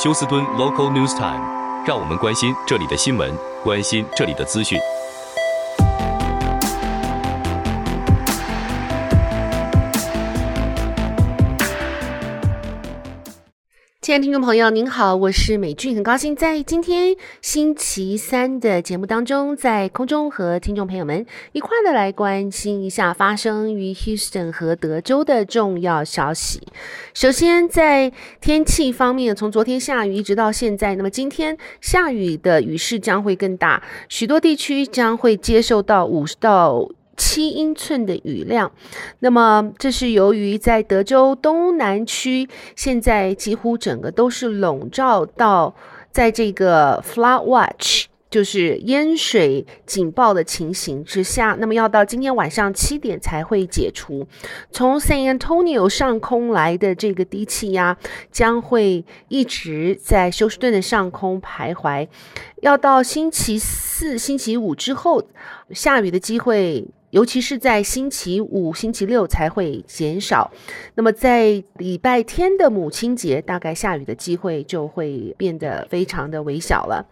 休斯敦 Local News Time， 让我们关心这里的新闻，关心这里的资讯。 亲爱的听众朋友您好，我是美俊，很高兴在今天星期三的节目当中，在空中和听众朋友们一块的来关心一下发生于 Houston 和德州的重要消息。首先在天气方面，从昨天下雨一直到现在，那么今天下雨的雨势将会更大，许多地区将会接受到50到7英寸的雨量。那么这是由于在德州东南区现在几乎整个都是笼罩到在这个 flood watch， 就是淹水警报的情形之下，那么要到今天晚上7点才会解除。从 San Antonio 上空来的这个低气压将会一直在休斯顿的上空徘徊，要到星期4、星期5之后，下雨的机会尤其是在星期5、星期6才会减少。那么在礼拜天的母亲节，大概下雨的机会就会变得非常的微小了。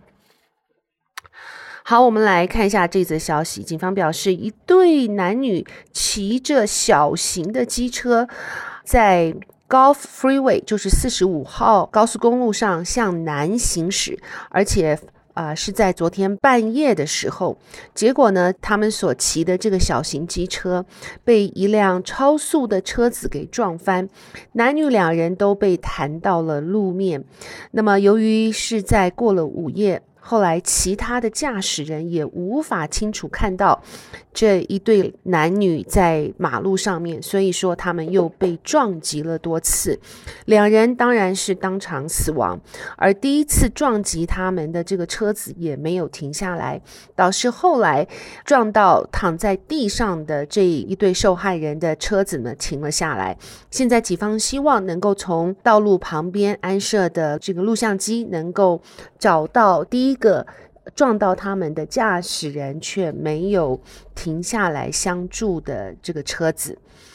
好，我们来看一下这则消息。警方表示，一对男女骑着小型的机车在 Gulf Freeway， 就是45号高速公路上向南行驶，而且是在昨天半夜的时候，结果呢，他们所骑的这个小型机车被一辆超速的车子给撞翻，男女2人都被弹到了路面。那么由于是在过了午夜，后来其他的驾驶人也无法清楚看到这一对男女在马路上面，所以说他们又被撞击了多次，2人当然是当场死亡，而第一次撞击他们的这个车子也没有停下来，导致后来撞到躺在地上的这一对受害人的车子呢停了下来。现在警方希望能够从道路旁边安设的这个录像机能够找到第一个撞到他们的驾驶人却没有停下来相助的这个车子。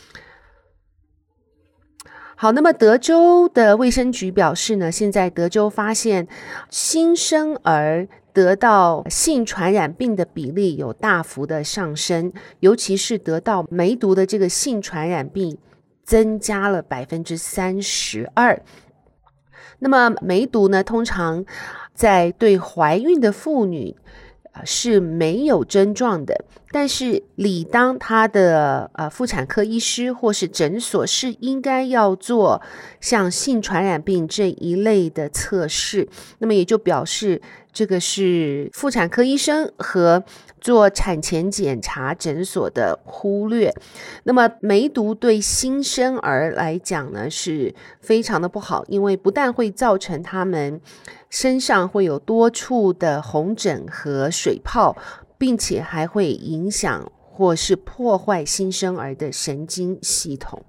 好，那么德州的卫生局表示呢，现在德州发现新生儿得到性传染病的比例有大幅的上升，尤其是得到梅毒的这个性传染病增加了 32%。那么梅毒呢，通常在对怀孕的妇女是没有症状的，但是理当他的妇产科医师或是诊所是应该要做像性传染病这一类的测试。那么也就表示这个是妇产科医生和做产前检查诊所的忽略。那么梅毒对新生儿来讲呢是非常的不好，因为不但会造成他们身上会有多处的红疹和水泡，并且还会影响或是破坏新生儿的神经系统。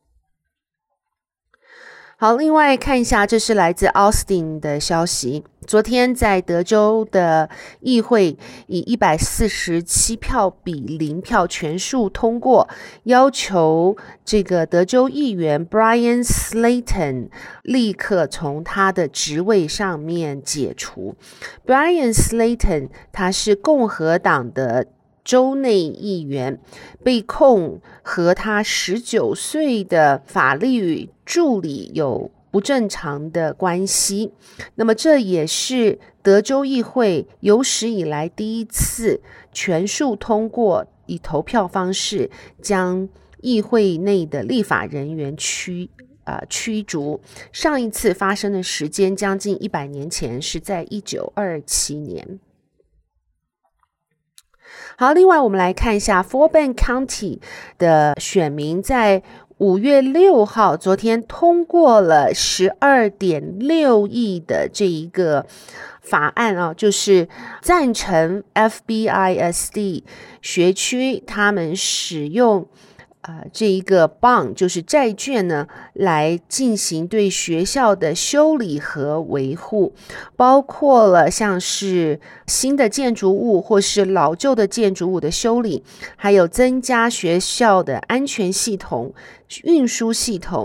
好，另外看一下，这是来自 Austin 的消息。昨天在德州的议会以147票比0票全数通过，要求这个德州议员 Brian Slayton 立刻从他的职位上面解除。Brian Slayton 他是共和党的州内议员，被控和他19岁的法律助理有不正常的关系。那么这也是德州议会有史以来第一次全数通过以投票方式将议会内的立法人员驱逐。上一次发生的时间将近100年前，是在1927年。好，另外我们来看一下 Fort Bend County 的选民在5月6号昨天通过了 12.6 亿的这一个法案就是赞成 FBISD 学区他们使用这一个 bond 就是债券呢，来进行对学校的修理和维护，包括了像是新的建筑物或是老旧的建筑物的修理，还有增加学校的安全系统、运输系统，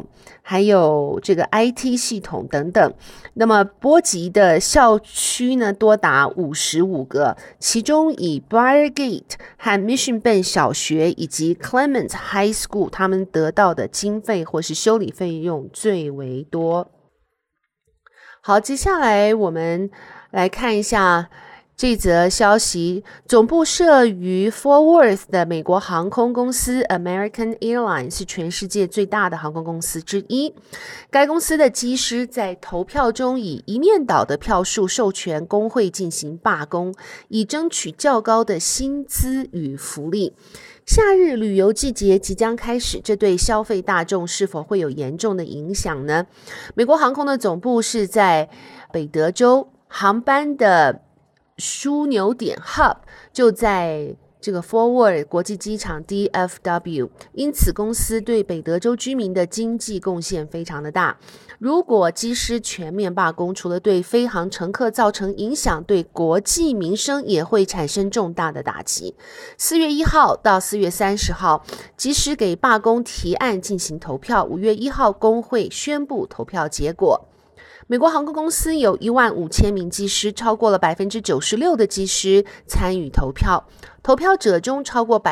还有这个 IT 系统等等。那么波及的校区呢多达55个，其中以 Briargate 和 Mission Bend 小学以及 Clements High School 他们得到的经费或是修理费用最为多。好，接下来我们来看一下这则消息，总部设于 Fort Worth 的美国航空公司 American Airlines 是全世界最大的航空公司之一。该公司的机师在投票中以一面倒的票数授权工会进行罢工，以争取较高的薪资与福利。夏日旅游季节即将开始，这对消费大众是否会有严重的影响呢？美国航空的总部是在北德州，航班的枢纽点 Hub 就在这个 Fort Worth 国际机场 DFW， 因此公司对北德州居民的经济贡献非常的大。如果机师全面罢工，除了对飞航乘客造成影响，对国际民生也会产生重大的打击。4月1号到4月30号，机师给罢工提案进行投票，5月1号工会宣布投票结果。美国航空公司有15000名机师，超过了 96% 的机师参与投票，投票者中超过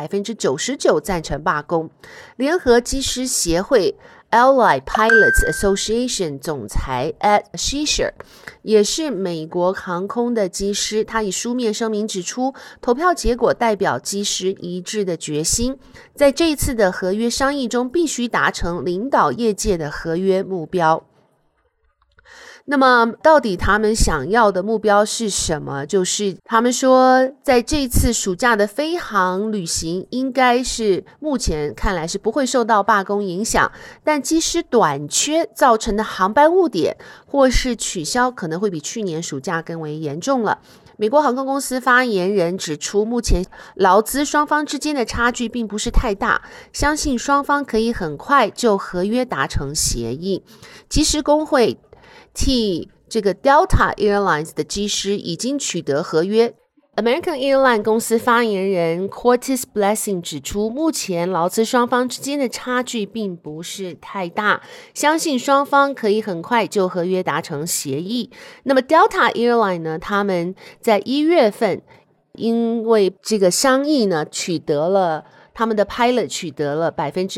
99% 赞成罢工。联合机师协会 Allied Pilots Association 总裁 Ed Shisher 也是美国航空的机师，他以书面声明指出，投票结果代表机师一致的决心，在这一次的合约商议中必须达成领导业界的合约目标。那么到底他们想要的目标是什么？就是他们说在这次暑假的飞航旅行应该是目前看来是不会受到罢工影响，但机师短缺造成的航班误点或是取消可能会比去年暑假更为严重了。美国航空公司发言人指出，目前劳资双方之间的差距并不是太大，相信双方可以很快就合约达成协议。机师工会替这个 Delta Airlines 的机师已经取得合约。American Airlines 公司发言人 Curtis Blessing 指出，目前劳资双方之间的差距并不是太大，相信双方可以很快就合约达成协议。那么 Delta Airlines 呢，他们在1月份因为这个商议呢，他们的 pilot 取得了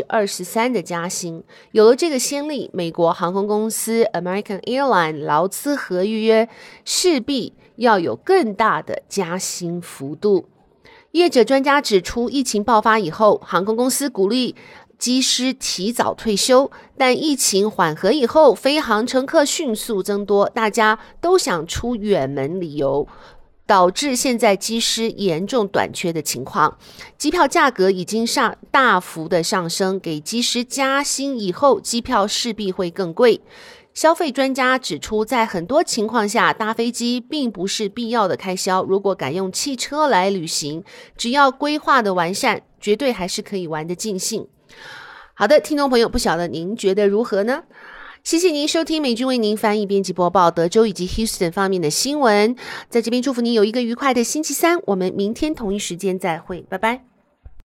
23% 的加薪。有了这个先例，美国航空公司 American Airlines 劳资合约势必要有更大的加薪幅度。业者专家指出，疫情爆发以后，航空公司鼓励机师提早退休，但疫情缓和以后，飞航乘客迅速增多，大家都想出远门旅游，导致现在机师严重短缺的情况。机票价格已经大幅的上升，给机师加薪以后，机票势必会更贵。消费专家指出，在很多情况下，搭飞机并不是必要的开销，如果改用汽车来旅行，只要规划的完善，绝对还是可以玩得尽兴。好的，听众朋友，不晓得您觉得如何呢？谢谢您收听美君为您翻译编辑播报德州以及 Houston 方面的新闻，在这边祝福您有一个愉快的星期三，我们明天同一时间再会，拜拜。